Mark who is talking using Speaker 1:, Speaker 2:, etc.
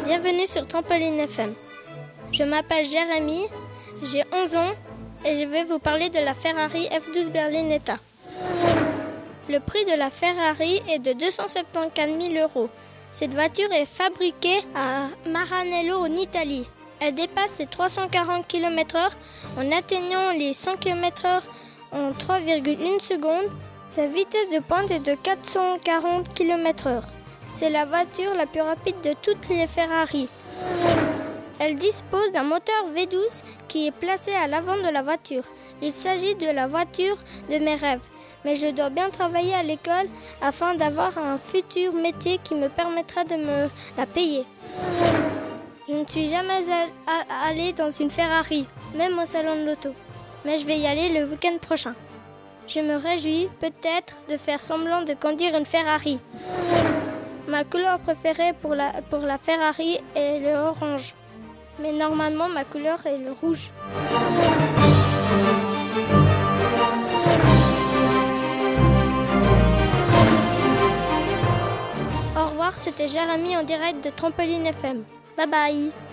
Speaker 1: Bienvenue sur Trampoline FM. Je m'appelle Jérémy, j'ai 11 ans et je vais vous parler de la Ferrari F12 Berlinetta. Le prix de la Ferrari est de 274 000 €. Cette voiture est fabriquée à Maranello en Italie. Elle dépasse les 340 km/h en atteignant les 100 km/h en 3,1 secondes. Sa vitesse de pointe est de 440 km/h. C'est la voiture la plus rapide de toutes les Ferrari. Elle dispose d'un moteur V12 qui est placé à l'avant de la voiture. Il s'agit de la voiture de mes rêves. Mais je dois bien travailler à l'école afin d'avoir un futur métier qui me permettra de me la payer. Je ne suis jamais allée dans une Ferrari, même au salon de l'auto. Mais je vais y aller le week-end prochain. Je me réjouis peut-être de faire semblant de conduire une Ferrari. Ma couleur préférée pour la Ferrari est le orange. Mais normalement, ma couleur est le rouge. Au revoir, c'était Jérémy en direct de Trampoline FM. Bye bye.